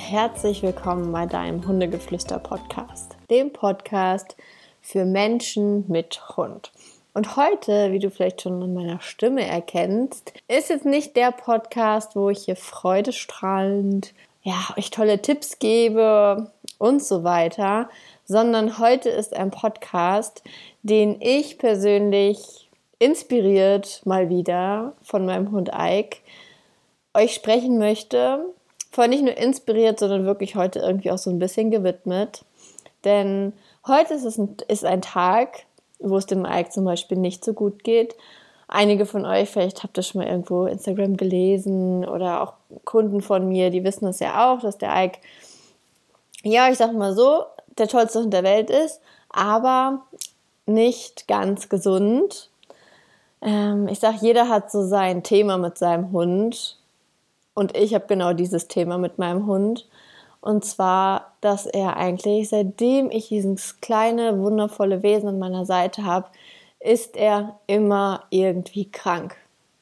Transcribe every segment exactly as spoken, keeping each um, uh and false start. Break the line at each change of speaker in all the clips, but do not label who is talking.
herzlich willkommen bei deinem Hundegeflüster-Podcast, dem Podcast für Menschen mit Hund. Und heute, wie du vielleicht schon an meiner Stimme erkennst, ist jetzt nicht der Podcast, wo ich hier freudestrahlend ja, euch tolle Tipps gebe und so weiter, sondern heute ist ein Podcast, den ich persönlich inspiriert mal wieder von meinem Hund Ike euch sprechen möchte. Vor nicht nur inspiriert, sondern wirklich heute irgendwie auch so ein bisschen gewidmet. Denn heute ist es ein, ist ein Tag, wo es dem Ike zum Beispiel nicht so gut geht. Einige von euch, vielleicht habt ihr schon mal irgendwo Instagram gelesen oder auch Kunden von mir, die wissen das ja auch, dass der Ike, ja, ich sag mal so, der tollste Hund der Welt ist, aber nicht ganz gesund. Ähm, ich sag, jeder hat so sein Thema mit seinem Hund. Und ich habe genau dieses Thema mit meinem Hund. Und zwar, dass er eigentlich, seitdem ich dieses kleine, wundervolle Wesen an meiner Seite habe, ist er immer irgendwie krank.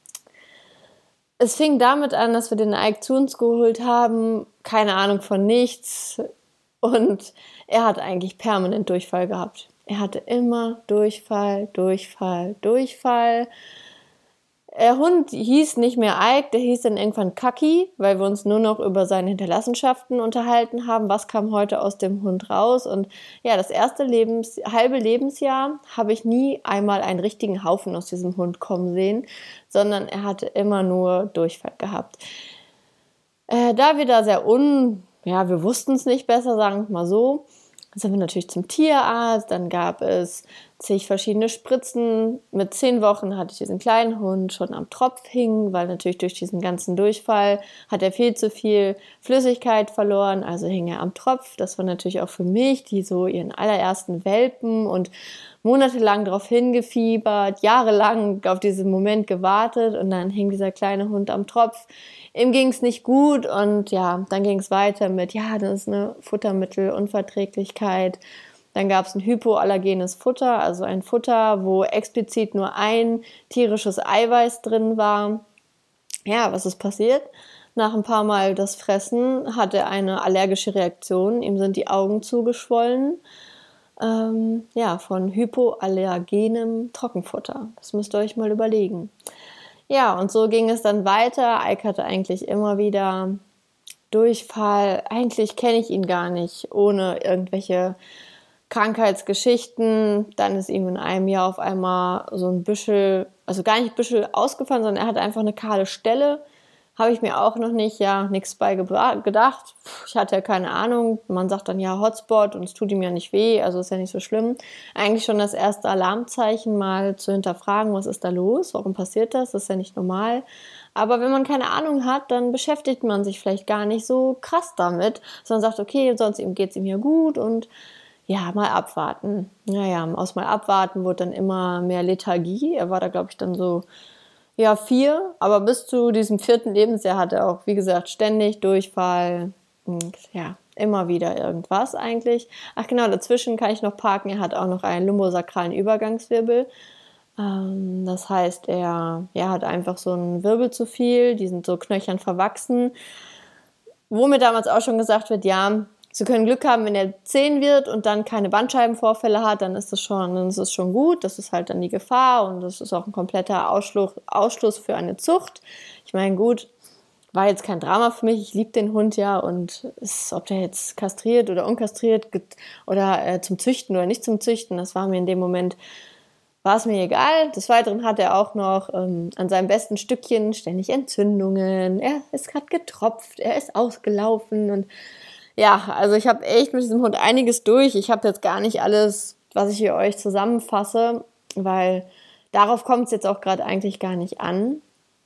Es fing damit an, dass wir den Ike zu uns geholt haben. Keine Ahnung von nichts. Und er hat eigentlich permanent Durchfall gehabt. Er hatte immer Durchfall, Durchfall, Durchfall. Der Hund hieß nicht mehr Ike, der hieß dann irgendwann Kaki, weil wir uns nur noch über seine Hinterlassenschaften unterhalten haben. Was kam heute aus dem Hund raus? Und ja, das erste Lebens, halbe Lebensjahr habe ich nie einmal einen richtigen Haufen aus diesem Hund kommen sehen, sondern er hatte immer nur Durchfall gehabt. Äh, da wir da sehr un... Ja, wir wussten es nicht besser, sagen wir mal so, dann sind wir natürlich zum Tierarzt, dann gab es zig verschiedene Spritzen. Mit zehn Wochen hatte ich diesen kleinen Hund schon am Tropf hingen, weil natürlich durch diesen ganzen Durchfall hat er viel zu viel Flüssigkeit verloren, also hing er am Tropf. Das war natürlich auch für mich, die so ihren allerersten Welpen und monatelang darauf hingefiebert, jahrelang auf diesen Moment gewartet und dann hing dieser kleine Hund am Tropf. Ihm ging es nicht gut und ja, dann ging es weiter mit, ja, das ist eine Futtermittelunverträglichkeit. Dann gab es ein hypoallergenes Futter, also ein Futter, wo explizit nur ein tierisches Eiweiß drin war. Ja, was ist passiert? Nach ein paar Mal das Fressen hatte er eine allergische Reaktion. Ihm sind die Augen zugeschwollen. Ähm, ja, von hypoallergenem Trockenfutter. Das müsst ihr euch mal überlegen. Ja, und so ging es dann weiter. Ike hatte eigentlich immer wieder Durchfall. Eigentlich kenne ich ihn gar nicht, ohne irgendwelche Krankheitsgeschichten. Dann ist ihm in einem Jahr auf einmal so ein Büschel, also gar nicht Büschel ausgefallen, sondern er hatte einfach eine kahle Stelle. Habe ich mir auch noch nicht, ja, nichts bei gedacht. Ich hatte ja keine Ahnung. Man sagt dann ja Hotspot und es tut ihm ja nicht weh, also ist ja nicht so schlimm. Eigentlich schon das erste Alarmzeichen mal zu hinterfragen, was ist da los, warum passiert das, das ist ja nicht normal. Aber wenn man keine Ahnung hat, dann beschäftigt man sich vielleicht gar nicht so krass damit, sondern sagt, okay, sonst geht es ihm ja gut und ja, mal abwarten. Naja, aus mal abwarten wurde dann immer mehr Lethargie. Er war da, glaube ich, dann so Ja, vier, aber bis zu diesem vierten Lebensjahr hat er auch, wie gesagt, ständig Durchfall und ja, immer wieder irgendwas eigentlich. Ach genau, dazwischen kann ich noch parken, er hat auch noch einen lumbosakralen Übergangswirbel. Ähm, das heißt, er ja, hat einfach so einen Wirbel zu viel, die sind so knöchern verwachsen. Wo mir damals auch schon gesagt wird, ja, Sie können Glück haben, wenn er zehn wird und dann keine Bandscheibenvorfälle hat, dann ist das schon, dann ist es schon gut. Das ist halt dann die Gefahr und das ist auch ein kompletter Ausschluss, Ausschluss für eine Zucht. Ich meine, gut, war jetzt kein Drama für mich. Ich liebe den Hund ja und ist, ob der jetzt kastriert oder unkastriert oder äh, zum Züchten oder nicht zum Züchten, das war mir in dem Moment, war es mir egal. Des Weiteren hat er auch noch ähm, an seinem besten Stückchen ständig Entzündungen. Er ist gerade getropft, er ist ausgelaufen und ja, also ich habe echt mit diesem Hund einiges durch. Ich habe jetzt gar nicht alles, was ich hier euch zusammenfasse, weil darauf kommt es jetzt auch gerade eigentlich gar nicht an.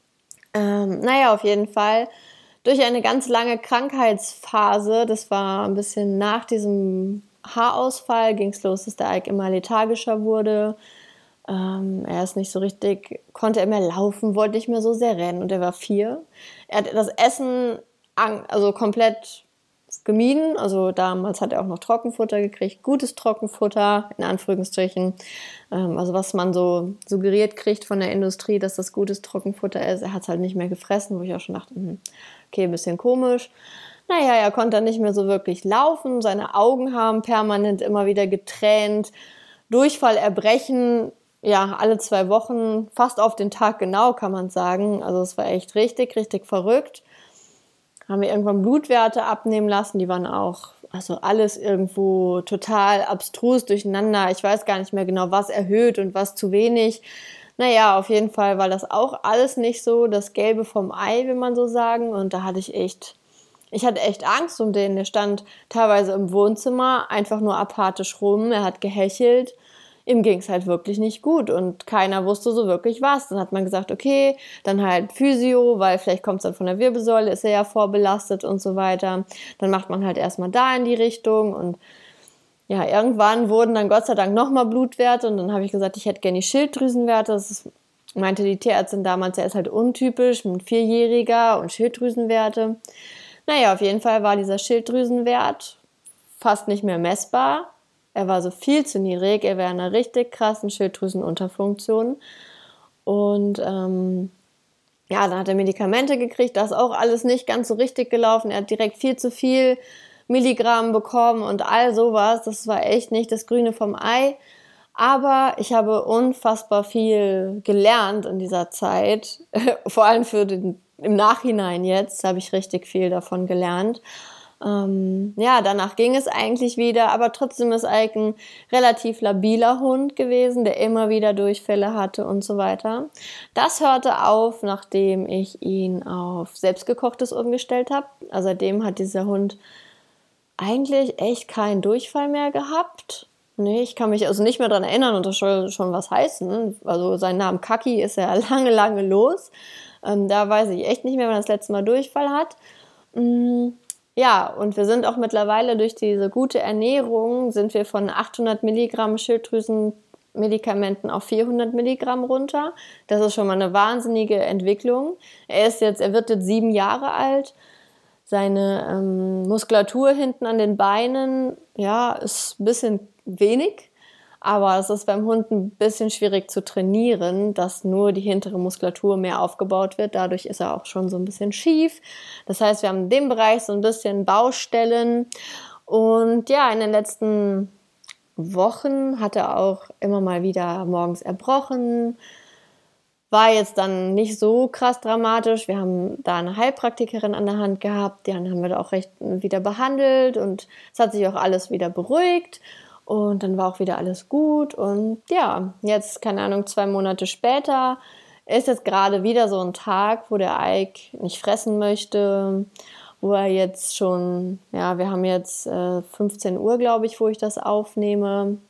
Ähm, naja, auf jeden Fall durch eine ganz lange Krankheitsphase, das war ein bisschen nach diesem Haarausfall, ging es los, dass der Ike immer lethargischer wurde. Ähm, er ist nicht so richtig, konnte er mehr laufen, wollte nicht mehr so sehr rennen und er war vier. Er hat das Essen an, also komplett gemieden, also damals hat er auch noch Trockenfutter gekriegt, gutes Trockenfutter, in Anführungsstrichen, ähm, also was man so suggeriert kriegt von der Industrie, dass das gutes Trockenfutter ist, er hat es halt nicht mehr gefressen, wo ich auch schon dachte, hm, okay, ein bisschen komisch. Naja, er konnte dann nicht mehr so wirklich laufen, seine Augen haben permanent immer wieder getränt, Durchfall, Erbrechen, ja, alle zwei Wochen, fast auf den Tag genau, kann man sagen. Also es war echt richtig, richtig verrückt. Haben wir irgendwann Blutwerte abnehmen lassen, die waren auch, also alles irgendwo total abstrus durcheinander. Ich weiß gar nicht mehr genau, was erhöht und was zu wenig. Naja, auf jeden Fall war das auch alles nicht so das Gelbe vom Ei, will man so sagen. Und da hatte ich echt, ich hatte echt Angst um den. Der stand teilweise im Wohnzimmer einfach nur apathisch rum. Er hat gehechelt. Ihm ging es halt wirklich nicht gut und keiner wusste so wirklich was. Dann hat man gesagt, okay, dann halt Physio, weil vielleicht kommt es dann von der Wirbelsäule, ist er ja vorbelastet und so weiter. Dann macht man halt erstmal da in die Richtung und ja, irgendwann wurden dann Gott sei Dank nochmal Blutwerte und dann habe ich gesagt, ich hätte gerne die Schilddrüsenwerte. Das ist, meinte die Tierärztin damals, er ist halt untypisch, ein Vierjähriger und Schilddrüsenwerte. Naja, auf jeden Fall war dieser Schilddrüsenwert fast nicht mehr messbar. Er war so viel zu niedrig, er wäre in einer richtig krassen Schilddrüsenunterfunktion. Und ähm, ja, dann hat er Medikamente gekriegt, das ist auch alles nicht ganz so richtig gelaufen. Er hat direkt viel zu viel Milligramm bekommen und all sowas. Das war echt nicht das Grüne vom Ei. Aber ich habe unfassbar viel gelernt in dieser Zeit. Vor allem für den, im Nachhinein jetzt habe ich richtig viel davon gelernt. Ähm, ja, danach ging es eigentlich wieder, aber trotzdem ist Ike ein relativ labiler Hund gewesen, der immer wieder Durchfälle hatte und so weiter. Das hörte auf, nachdem ich ihn auf selbstgekochtes umgestellt habe. Also seitdem hat dieser Hund eigentlich echt keinen Durchfall mehr gehabt. Nee, ich kann mich also nicht mehr dran erinnern und das soll schon was heißen. Also sein Name Kaki ist ja lange, lange los. Ähm, da weiß ich echt nicht mehr, wann er das letzte Mal Durchfall hat. Mm. Ja, und wir sind auch mittlerweile durch diese gute Ernährung, sind wir von achthundert Milligramm Schilddrüsenmedikamenten auf vierhundert Milligramm runter. Das ist schon mal eine wahnsinnige Entwicklung. Er ist jetzt, er wird jetzt sieben Jahre alt. Seine ähm, Muskulatur hinten an den Beinen, ja, ist ein bisschen wenig. Aber es ist beim Hund ein bisschen schwierig zu trainieren, dass nur die hintere Muskulatur mehr aufgebaut wird. Dadurch ist er auch schon so ein bisschen schief. Das heißt, wir haben in dem Bereich so ein bisschen Baustellen. Und ja, in den letzten Wochen hat er auch immer mal wieder morgens erbrochen. War jetzt dann nicht so krass dramatisch. Wir haben da eine Heilpraktikerin an der Hand gehabt. Die haben wir da auch recht wieder behandelt. Und es hat sich auch alles wieder beruhigt. Und dann war auch wieder alles gut und ja, jetzt, keine Ahnung, zwei Monate später ist jetzt gerade wieder so ein Tag, wo der Ike nicht fressen möchte, wo er jetzt schon, ja, wir haben jetzt äh, fünfzehn Uhr, glaube ich, wo ich das aufnehme.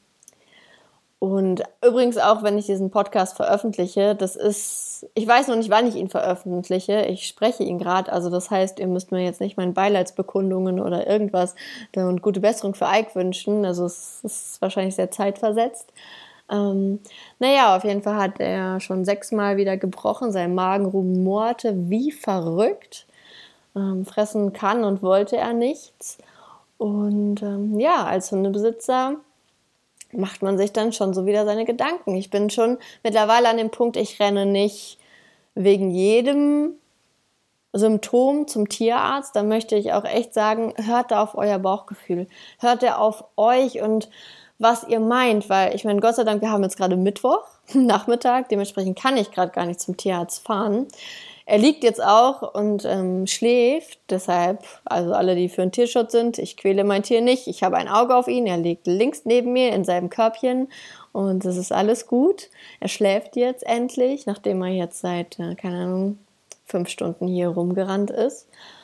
Und übrigens auch, wenn ich diesen Podcast veröffentliche, das ist, ich weiß noch nicht, wann ich ihn veröffentliche, ich spreche ihn gerade, also das heißt, ihr müsst mir jetzt nicht meine Beileidsbekundungen oder irgendwas und gute Besserung für Ike wünschen, also es ist wahrscheinlich sehr zeitversetzt. Ähm, naja, auf jeden Fall hat er schon sechsmal wieder gebrochen, sein Magen rumorte wie verrückt, ähm, fressen kann und wollte er nichts. Und ähm, ja, als Hundebesitzer macht man sich dann schon so wieder seine Gedanken. Ich bin schon mittlerweile an dem Punkt, ich renne nicht wegen jedem Symptom zum Tierarzt. Da möchte ich auch echt sagen, hört da auf euer Bauchgefühl. Hört da auf euch und was ihr meint, weil ich meine, Gott sei Dank, wir haben jetzt gerade Mittwoch, Nachmittag, dementsprechend kann ich gerade gar nicht zum Tierarzt fahren. Er liegt jetzt auch und ähm, schläft, deshalb, also alle, die für den Tierschutz sind, ich quäle mein Tier nicht, ich habe ein Auge auf ihn, er liegt links neben mir in seinem Körbchen und es ist alles gut. Er schläft jetzt endlich, nachdem er jetzt seit, äh, keine Ahnung, fünf Stunden hier rumgerannt ist.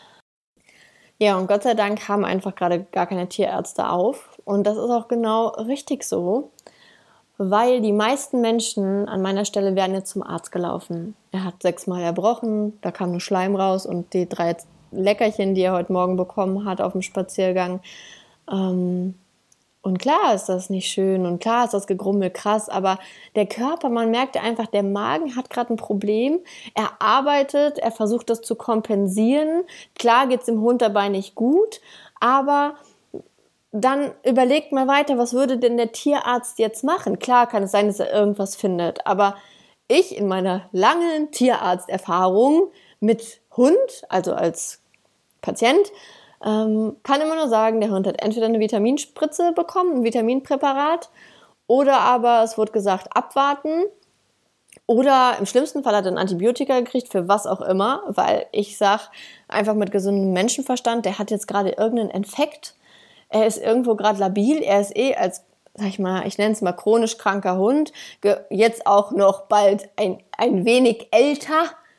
Ja, und Gott sei Dank haben einfach gerade gar keine Tierärzte auf und das ist auch genau richtig so. Weil die meisten Menschen an meiner Stelle wären jetzt zum Arzt gelaufen. Er hat sechsmal erbrochen, da kam nur Schleim raus und die drei Leckerchen, die er heute Morgen bekommen hat auf dem Spaziergang. Ähm, und klar ist das nicht schön und klar ist das Gegrummel krass, aber der Körper, man merkt einfach, der Magen hat gerade ein Problem. Er arbeitet, er versucht das zu kompensieren. Klar geht es dem Hund dabei nicht gut, aber dann überlegt mal weiter, was würde denn der Tierarzt jetzt machen? Klar kann es sein, dass er irgendwas findet, aber ich in meiner langen Tierarzterfahrung mit Hund, also als Patient, Ähm, kann immer nur sagen, der Hund hat entweder eine Vitaminspritze bekommen, ein Vitaminpräparat, oder aber es wurde gesagt, abwarten. Oder im schlimmsten Fall hat er ein Antibiotika gekriegt, für was auch immer, weil ich sage einfach mit gesundem Menschenverstand, der hat jetzt gerade irgendeinen Infekt, er ist irgendwo gerade labil, er ist eh als, sag ich mal, ich nenne es mal chronisch kranker Hund, jetzt auch noch bald ein, ein wenig älter,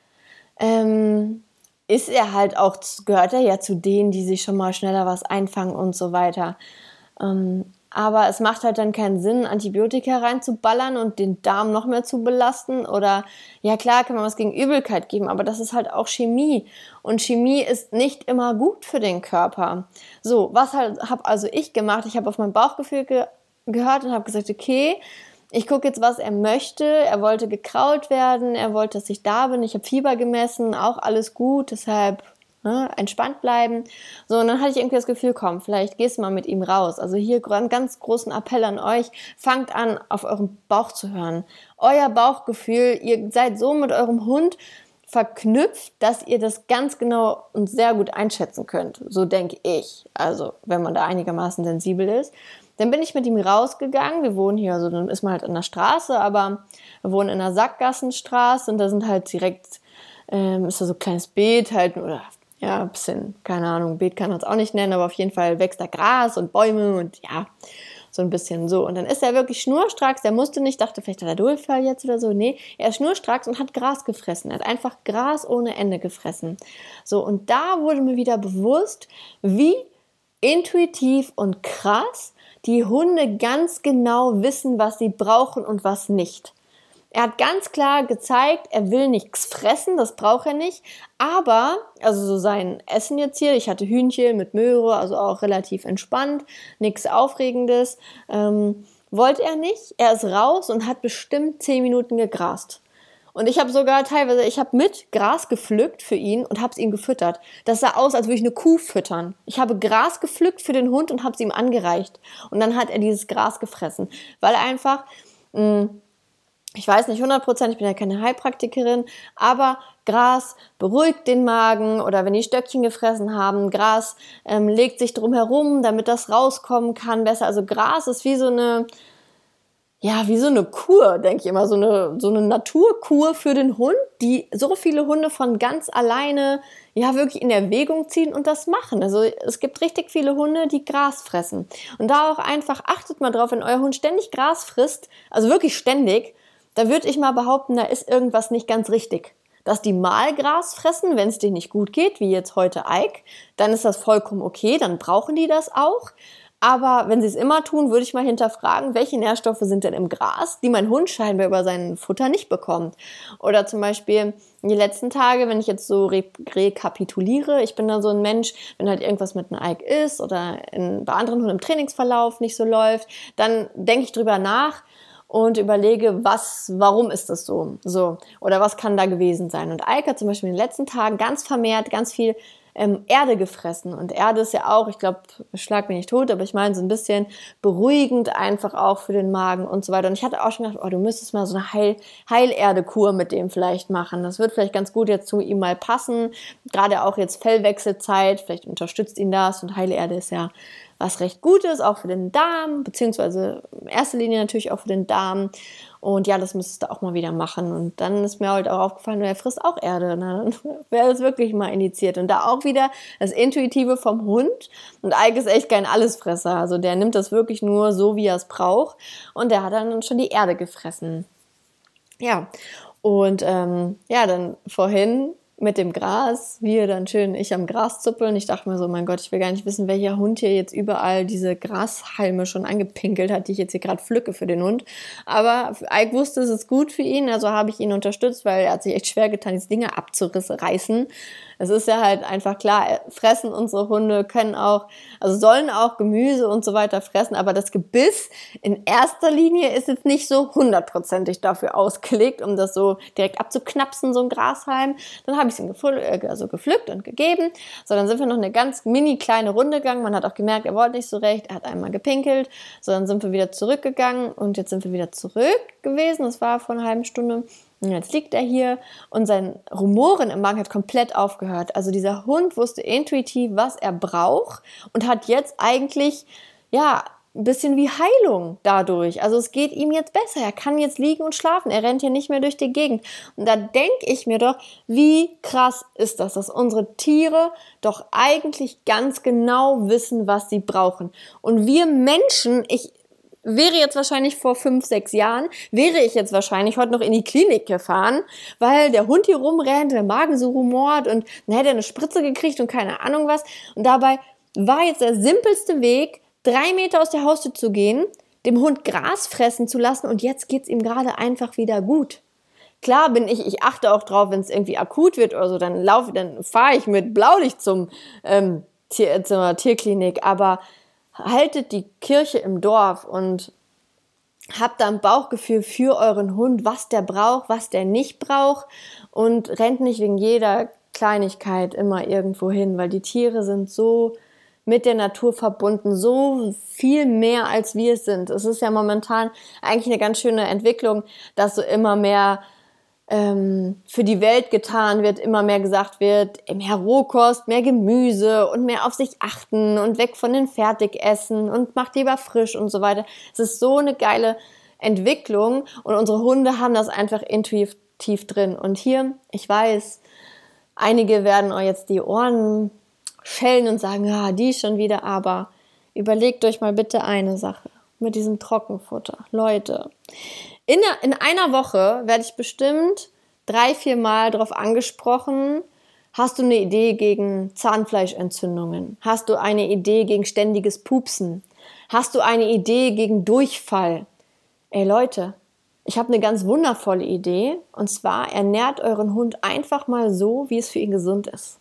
ähm, ist er halt auch, gehört er ja zu denen, die sich schon mal schneller was einfangen und so weiter. Ähm, Aber es macht halt dann keinen Sinn, Antibiotika reinzuballern und den Darm noch mehr zu belasten. Oder, ja klar, kann man was gegen Übelkeit geben, aber das ist halt auch Chemie. Und Chemie ist nicht immer gut für den Körper. So, was halt habe also ich gemacht? Ich habe auf mein Bauchgefühl ge- gehört und habe gesagt, okay, ich gucke jetzt, was er möchte. Er wollte gekrault werden, er wollte, dass ich da bin. Ich habe Fieber gemessen, auch alles gut, deshalb ne, entspannt bleiben. So, und dann hatte ich irgendwie das Gefühl, komm, vielleicht gehst du mal mit ihm raus. Also hier einen ganz großen Appell an euch, fangt an, auf euren Bauch zu hören. Euer Bauchgefühl, ihr seid so mit eurem Hund verknüpft, dass ihr das ganz genau und sehr gut einschätzen könnt. So denke ich. Also, wenn man da einigermaßen sensibel ist. Dann bin ich mit ihm rausgegangen. Wir wohnen hier, also dann ist man halt an der Straße, aber wir wohnen in einer Sackgassenstraße und da sind halt direkt, ähm, ist da so ein kleines Beet halt, oder ja, ein bisschen, keine Ahnung, Beet kann man es auch nicht nennen, aber auf jeden Fall wächst da Gras und Bäume und ja, so ein bisschen so. Und dann ist er wirklich schnurstracks, der musste nicht, dachte, vielleicht hat er Durchfall jetzt oder so. Nee, er ist schnurstracks und hat Gras gefressen. Er hat einfach Gras ohne Ende gefressen. So, und da wurde mir wieder bewusst, wie intuitiv und krass die Hunde ganz genau wissen, was sie brauchen und was nicht. Er hat ganz klar gezeigt, er will nichts fressen, das braucht er nicht. Aber, also so sein Essen jetzt hier, ich hatte Hühnchen mit Möhre, also auch relativ entspannt, nichts Aufregendes, ähm, wollte er nicht. Er ist raus und hat bestimmt zehn Minuten gegrast. Und ich habe sogar teilweise, ich habe mit Gras gepflückt für ihn und habe es ihm gefüttert. Das sah aus, als würde ich eine Kuh füttern. Ich habe Gras gepflückt für den Hund und habe es ihm angereicht. Und dann hat er dieses Gras gefressen, weil einfach, mh, ich weiß nicht hundert Prozent, ich bin ja keine Heilpraktikerin, aber Gras beruhigt den Magen oder wenn die Stöckchen gefressen haben, Gras ähm, legt sich drum herum, damit das rauskommen kann besser. Also Gras ist wie so eine, ja, wie so eine Kur, denke ich immer, so eine, so eine Naturkur für den Hund, die so viele Hunde von ganz alleine ja wirklich in Erwägung ziehen und das machen. Also es gibt richtig viele Hunde, die Gras fressen. Und da auch einfach, achtet mal drauf, wenn euer Hund ständig Gras frisst, also wirklich ständig, da würde ich mal behaupten, da ist irgendwas nicht ganz richtig. Dass die mal Gras fressen, wenn es denen nicht gut geht, wie jetzt heute Ike, dann ist das vollkommen okay, dann brauchen die das auch. Aber wenn sie es immer tun, würde ich mal hinterfragen, welche Nährstoffe sind denn im Gras, die mein Hund scheinbar über sein Futter nicht bekommt. Oder zum Beispiel die letzten Tage, wenn ich jetzt so re- rekapituliere, ich bin da so ein Mensch, wenn halt irgendwas mit einem Ike ist oder in, bei anderen Hunden im Trainingsverlauf nicht so läuft, dann denke ich drüber nach und überlege, was, warum ist das so? So, oder was kann da gewesen sein? Und Ike hat zum Beispiel in den letzten Tagen ganz vermehrt, ganz viel ähm, Erde gefressen. Und Erde ist ja auch, ich glaube, schlag mich nicht tot, aber ich meine so ein bisschen beruhigend einfach auch für den Magen und so weiter. Und ich hatte auch schon gedacht, oh, du müsstest mal so eine Heil- Heilerde-Kur mit dem vielleicht machen. Das wird vielleicht ganz gut jetzt zu ihm mal passen. Gerade auch jetzt Fellwechselzeit, vielleicht unterstützt ihn das. Und Heilerde ist ja was recht Gutes, auch für den Darm, beziehungsweise in erster Linie natürlich auch für den Darm. Und ja, das müsstest du auch mal wieder machen. Und dann ist mir halt auch aufgefallen, er frisst auch Erde. Na, dann wäre das wirklich mal initiiert. Und da auch wieder das Intuitive vom Hund. Und Ike ist echt kein Allesfresser. Also der nimmt das wirklich nur so, wie er es braucht. Und der hat dann schon die Erde gefressen. Ja, und ähm, ja, dann vorhin mit dem Gras, wir dann schön ich am Gras zuppeln. Ich dachte mir so, mein Gott, ich will gar nicht wissen, welcher Hund hier jetzt überall diese Grashalme schon angepinkelt hat, die ich jetzt hier gerade pflücke für den Hund. Aber Ike wusste, es ist gut für ihn, also habe ich ihn unterstützt, weil er hat sich echt schwer getan, diese Dinge abzureißen. Es ist ja halt einfach klar, fressen unsere Hunde, können auch, also sollen auch Gemüse und so weiter fressen, aber das Gebiss in erster Linie ist jetzt nicht so hundertprozentig dafür ausgelegt, um das so direkt abzuknapsen, so ein Grashalm. Dann habe ich es ihm gefl- also gepflückt und gegeben. So, dann sind wir noch eine ganz mini kleine Runde gegangen. Man hat auch gemerkt, er wollte nicht so recht, er hat einmal gepinkelt. So, dann sind wir wieder zurückgegangen und jetzt sind wir wieder zurück gewesen. Das war vor einer halben Stunde. Und Und jetzt liegt er hier und sein Rumoren im Magen hat komplett aufgehört. Also dieser Hund wusste intuitiv, was er braucht und hat jetzt eigentlich, ja, ein bisschen wie Heilung dadurch. Also es geht ihm jetzt besser. Er kann jetzt liegen und schlafen. Er rennt hier nicht mehr durch die Gegend. Und da denke ich mir doch, wie krass ist das, dass unsere Tiere doch eigentlich ganz genau wissen, was sie brauchen. Und wir Menschen, ich wäre jetzt wahrscheinlich vor fünf, sechs Jahren, wäre ich jetzt wahrscheinlich heute noch in die Klinik gefahren, weil der Hund hier rumrennt, der Magen so rumort und dann hätte er eine Spritze gekriegt und keine Ahnung was. Und dabei war jetzt der simpelste Weg, drei Meter aus der Haustür zu gehen, dem Hund Gras fressen zu lassen und jetzt geht's ihm gerade einfach wieder gut. Klar bin ich, ich achte auch drauf, wenn es irgendwie akut wird oder so, dann laufe, dann fahre ich mit Blaulicht zum, ähm, Tier, zur Tierklinik, aber haltet die Kirche im Dorf und habt da ein Bauchgefühl für euren Hund, was der braucht, was der nicht braucht und rennt nicht wegen jeder Kleinigkeit immer irgendwo hin, weil die Tiere sind so mit der Natur verbunden, so viel mehr als wir es sind. Es ist ja momentan eigentlich eine ganz schöne Entwicklung, dass so immer mehr ähm, für die Welt getan wird, immer mehr gesagt wird, mehr Rohkost, mehr Gemüse und mehr auf sich achten und weg von den Fertigessen und macht lieber frisch und so weiter. Es ist so eine geile Entwicklung und unsere Hunde haben das einfach intuitiv drin. Und hier, ich weiß, einige werden euch jetzt die Ohren schellen und sagen, ja, die schon wieder, aber überlegt euch mal bitte eine Sache mit diesem Trockenfutter. Leute, in, in einer Woche werde ich bestimmt drei, vier Mal darauf angesprochen, hast du eine Idee gegen Zahnfleischentzündungen? Hast du eine Idee gegen ständiges Pupsen? Hast du eine Idee gegen Durchfall? Ey Leute, ich habe eine ganz wundervolle Idee und zwar ernährt euren Hund einfach mal so, wie es für ihn gesund ist.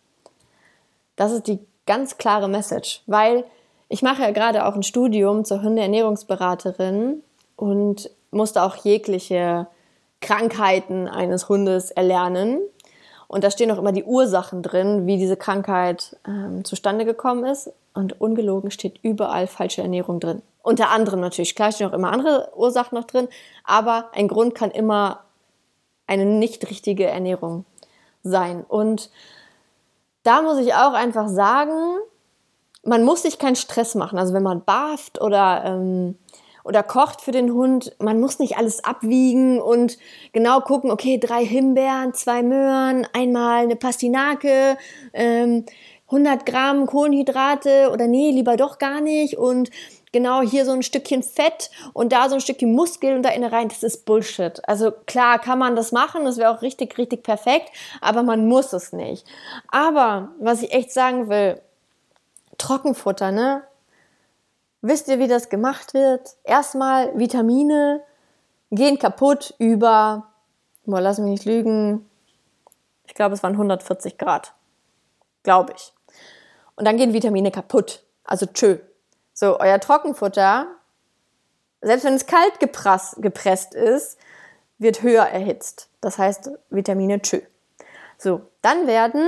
Das ist die ganz klare Message, weil ich mache ja gerade auch ein Studium zur Hundeernährungsberaterin und musste auch jegliche Krankheiten eines Hundes erlernen. Und da stehen auch immer die Ursachen drin, wie diese Krankheit ähm, zustande gekommen ist. Und ungelogen steht überall falsche Ernährung drin. Unter anderem natürlich, klar stehen auch immer andere Ursachen noch drin, aber ein Grund kann immer eine nicht richtige Ernährung sein. Und da muss ich auch einfach sagen, man muss sich keinen Stress machen. Also wenn man barft oder, ähm, oder kocht für den Hund, man muss nicht alles abwiegen und genau gucken, okay, drei Himbeeren, zwei Möhren, einmal eine Pastinake, ähm, hundert Gramm Kohlenhydrate oder nee, lieber doch gar nicht und genau hier so ein Stückchen Fett und da so ein Stückchen Muskel und da innen rein, das ist Bullshit. Also klar kann man das machen, das wäre auch richtig, richtig perfekt, aber man muss es nicht. Aber was ich echt sagen will, Trockenfutter, ne? Wisst ihr, wie das gemacht wird? Erstmal Vitamine gehen kaputt über, boah, lass mich nicht lügen, ich glaube, es waren hundertvierzig Grad. Glaube ich. Und dann gehen Vitamine kaputt. Also tschö. So, euer Trockenfutter, selbst wenn es kalt geprass, gepresst ist, wird höher erhitzt. Das heißt, Vitamine tschö. So, dann werden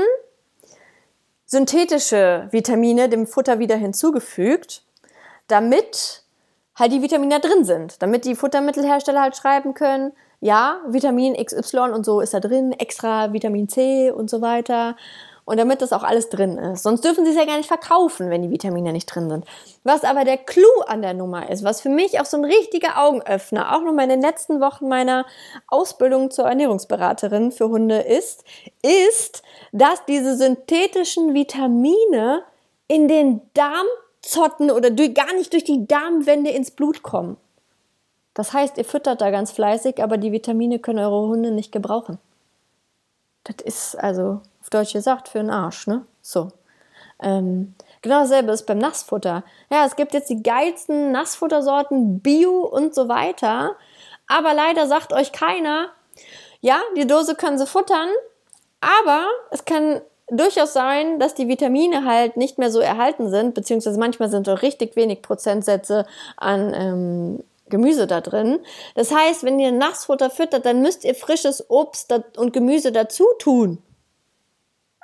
synthetische Vitamine dem Futter wieder hinzugefügt, damit halt die Vitamine da drin sind. Damit die Futtermittelhersteller halt schreiben können, ja, Vitamin X Y und so ist da drin, extra Vitamin C und so weiter. Und damit das auch alles drin ist. Sonst dürfen sie es ja gar nicht verkaufen, wenn die Vitamine nicht drin sind. Was aber der Clou an der Nummer ist, was für mich auch so ein richtiger Augenöffner, auch noch in den letzten Wochen meiner Ausbildung zur Ernährungsberaterin für Hunde ist, ist, dass diese synthetischen Vitamine in den Darmzotten oder durch, gar nicht durch die Darmwände ins Blut kommen. Das heißt, ihr füttert da ganz fleißig, aber die Vitamine können eure Hunde nicht gebrauchen. Das ist also auf Deutsch gesagt für den Arsch, ne? So. Ähm, genau dasselbe ist beim Nassfutter. Ja, es gibt jetzt die geilsten Nassfuttersorten, Bio und so weiter. Aber leider sagt euch keiner, ja, die Dose können sie futtern, aber es kann durchaus sein, dass die Vitamine halt nicht mehr so erhalten sind, beziehungsweise manchmal sind doch richtig wenig Prozentsätze an ähm, Gemüse da drin. Das heißt, wenn ihr Nassfutter füttert, dann müsst ihr frisches Obst und Gemüse dazu tun.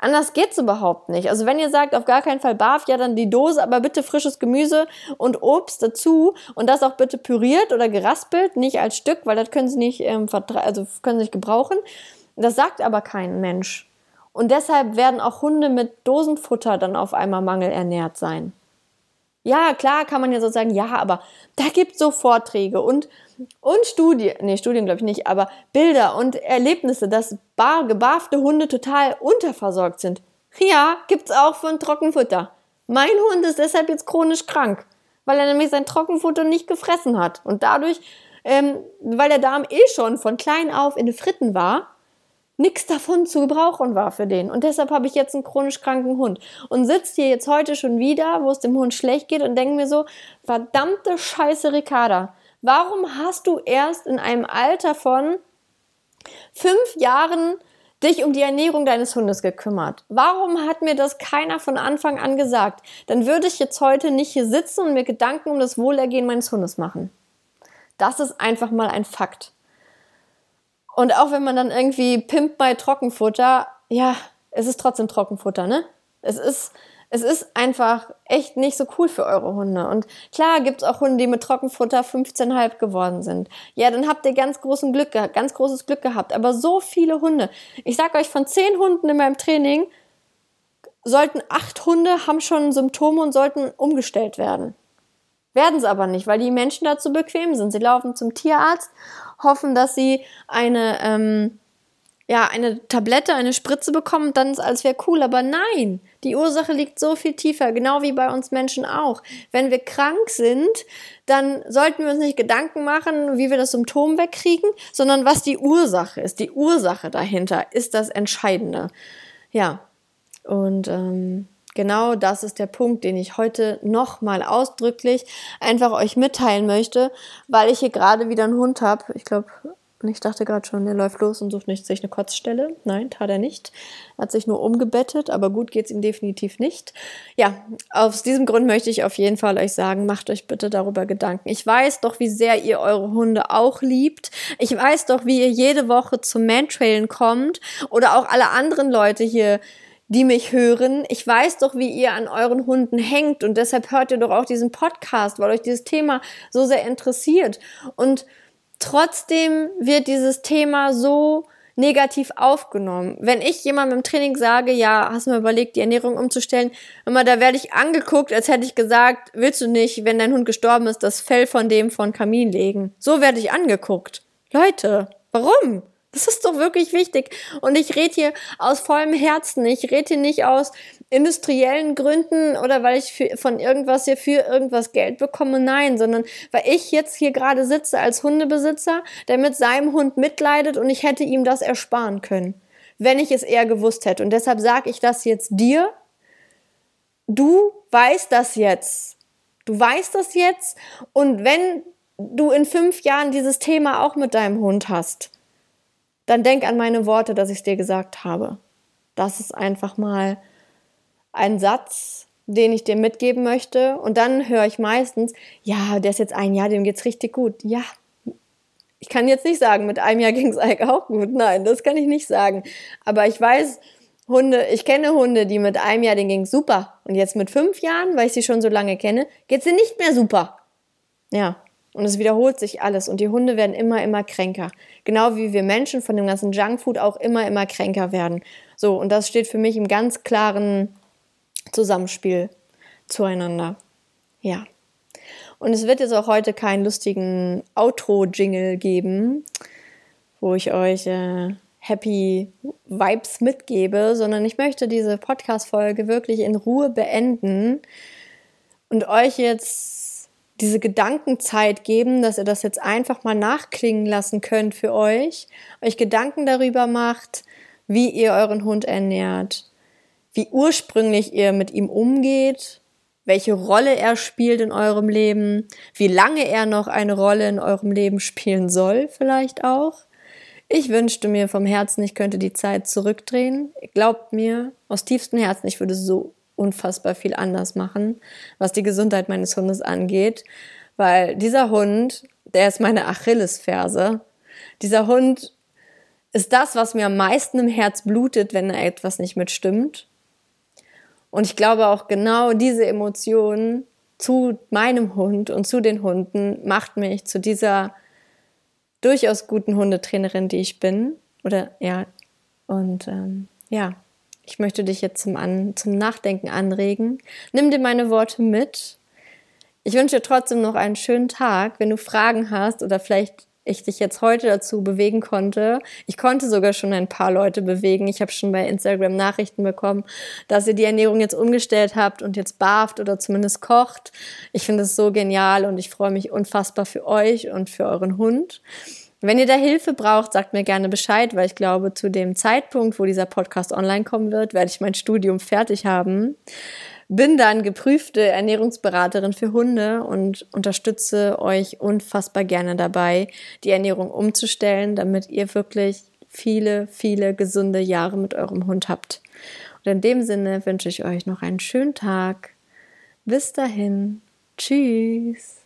Anders geht's überhaupt nicht. Also wenn ihr sagt, auf gar keinen Fall Barf, ja dann die Dose, aber bitte frisches Gemüse und Obst dazu und das auch bitte püriert oder geraspelt, nicht als Stück, weil das können sie nicht, ähm, vertra- also können sie nicht gebrauchen. Das sagt aber kein Mensch. Und deshalb werden auch Hunde mit Dosenfutter dann auf einmal mangelernährt sein. Ja, klar kann man ja so sagen, ja, aber da gibt es so Vorträge und, und Studien, nee, Studien glaube ich nicht, aber Bilder und Erlebnisse, dass bar, gebarfte Hunde total unterversorgt sind. Ja, gibt's auch von Trockenfutter. Mein Hund ist deshalb jetzt chronisch krank, weil er nämlich sein Trockenfutter nicht gefressen hat. Und dadurch, ähm, weil der Darm eh schon von klein auf in den Fritten war, nichts davon zu gebrauchen war für den. Und deshalb habe ich jetzt einen chronisch kranken Hund. Und sitze hier jetzt heute schon wieder, wo es dem Hund schlecht geht und denke mir so, verdammte Scheiße, Ricarda, warum hast du erst in einem Alter von fünf Jahren dich um die Ernährung deines Hundes gekümmert? Warum hat mir das keiner von Anfang an gesagt? Dann würde ich jetzt heute nicht hier sitzen und mir Gedanken um das Wohlergehen meines Hundes machen. Das ist einfach mal ein Fakt. Und auch wenn man dann irgendwie pimpt bei Trockenfutter, ja, es ist trotzdem Trockenfutter, ne? Es ist, es ist einfach echt nicht so cool für eure Hunde. Und klar gibt's auch Hunde, die mit Trockenfutter fünfzehn Komma fünf geworden sind. Ja, dann habt ihr ganz großen Glück gehabt, ganz großes Glück gehabt. Aber so viele Hunde. Ich sag euch, von zehn Hunden in meinem Training sollten acht Hunde haben schon Symptome und sollten umgestellt werden. Werden sie aber nicht, weil die Menschen dazu bequem sind. Sie laufen zum Tierarzt, hoffen, dass sie eine, ähm, ja, eine Tablette, eine Spritze bekommen, dann ist alles wieder cool. Aber nein, die Ursache liegt so viel tiefer, genau wie bei uns Menschen auch. Wenn wir krank sind, dann sollten wir uns nicht Gedanken machen, wie wir das Symptom wegkriegen, sondern was die Ursache ist. Die Ursache dahinter ist das Entscheidende. Ja, und ähm, genau das ist der Punkt, den ich heute nochmal ausdrücklich einfach euch mitteilen möchte, weil ich hier gerade wieder einen Hund habe. Ich glaube, ich dachte gerade schon, der läuft los und sucht nicht sich eine Kotzstelle. Nein, tat er nicht. Er hat sich nur umgebettet, aber gut geht's ihm definitiv nicht. Ja, aus diesem Grund möchte ich auf jeden Fall euch sagen, macht euch bitte darüber Gedanken. Ich weiß doch, wie sehr ihr eure Hunde auch liebt. Ich weiß doch, wie ihr jede Woche zum Mantrailen kommt oder auch alle anderen Leute hier, die mich hören. Ich weiß doch, wie ihr an euren Hunden hängt und deshalb hört ihr doch auch diesen Podcast, weil euch dieses Thema so sehr interessiert. Und trotzdem wird dieses Thema so negativ aufgenommen. Wenn ich jemandem im Training sage, ja, hast du mal überlegt, die Ernährung umzustellen, immer, da werde ich angeguckt, als hätte ich gesagt, willst du nicht, wenn dein Hund gestorben ist, das Fell von dem von Kamin legen? So werde ich angeguckt. Leute, warum? Das ist doch wirklich wichtig. Und ich rede hier aus vollem Herzen. Ich rede hier nicht aus industriellen Gründen oder weil ich für, von irgendwas hier für irgendwas Geld bekomme. Nein, sondern weil ich jetzt hier gerade sitze als Hundebesitzer, der mit seinem Hund mitleidet und ich hätte ihm das ersparen können, wenn ich es eher gewusst hätte. Und deshalb sage ich das jetzt dir. Du weißt das jetzt. Du weißt das jetzt. Und wenn du in fünf Jahren dieses Thema auch mit deinem Hund hast, dann denk an meine Worte, dass ich es dir gesagt habe. Das ist einfach mal ein Satz, den ich dir mitgeben möchte. Und dann höre ich meistens, ja, der ist jetzt ein Jahr, dem geht's richtig gut. Ja, ich kann jetzt nicht sagen, mit einem Jahr ging es eigentlich auch gut. Nein, das kann ich nicht sagen. Aber ich weiß, Hunde, ich kenne Hunde, die mit einem Jahr, denen ging es super. Und jetzt mit fünf Jahren, weil ich sie schon so lange kenne, geht sie nicht mehr super. Ja. Und es wiederholt sich alles und die Hunde werden immer, immer kränker. Genau wie wir Menschen von dem ganzen Junkfood auch immer, immer kränker werden. So, und das steht für mich im ganz klaren Zusammenspiel zueinander. Ja. Und es wird jetzt auch heute keinen lustigen Outro-Jingle geben, wo ich euch äh, Happy Vibes mitgebe, sondern ich möchte diese Podcast-Folge wirklich in Ruhe beenden und euch jetzt diese Gedankenzeit geben, dass ihr das jetzt einfach mal nachklingen lassen könnt für euch, euch Gedanken darüber macht, wie ihr euren Hund ernährt, wie ursprünglich ihr mit ihm umgeht, welche Rolle er spielt in eurem Leben, wie lange er noch eine Rolle in eurem Leben spielen soll vielleicht auch. Ich wünschte mir vom Herzen, ich könnte die Zeit zurückdrehen. Glaubt mir, aus tiefstem Herzen, ich würde so unfassbar viel anders machen, was die Gesundheit meines Hundes angeht, weil dieser Hund, der ist meine Achillesferse. Dieser Hund ist das, was mir am meisten im Herz blutet, wenn etwas nicht mitstimmt. Und ich glaube auch genau diese Emotionen zu meinem Hund und zu den Hunden macht mich zu dieser durchaus guten Hundetrainerin, die ich bin. Oder ja, und ähm, ja, ich möchte dich jetzt zum, An- zum Nachdenken anregen. Nimm dir meine Worte mit. Ich wünsche dir trotzdem noch einen schönen Tag. Wenn du Fragen hast oder vielleicht ich dich jetzt heute dazu bewegen konnte. Ich konnte sogar schon ein paar Leute bewegen. Ich habe schon bei Instagram Nachrichten bekommen, dass ihr die Ernährung jetzt umgestellt habt und jetzt barft oder zumindest kocht. Ich finde es so genial und ich freue mich unfassbar für euch und für euren Hund. Wenn ihr da Hilfe braucht, sagt mir gerne Bescheid, weil ich glaube, zu dem Zeitpunkt, wo dieser Podcast online kommen wird, werde ich mein Studium fertig haben. Bin dann geprüfte Ernährungsberaterin für Hunde und unterstütze euch unfassbar gerne dabei, die Ernährung umzustellen, damit ihr wirklich viele, viele gesunde Jahre mit eurem Hund habt. Und in dem Sinne wünsche ich euch noch einen schönen Tag. Bis dahin. Tschüss.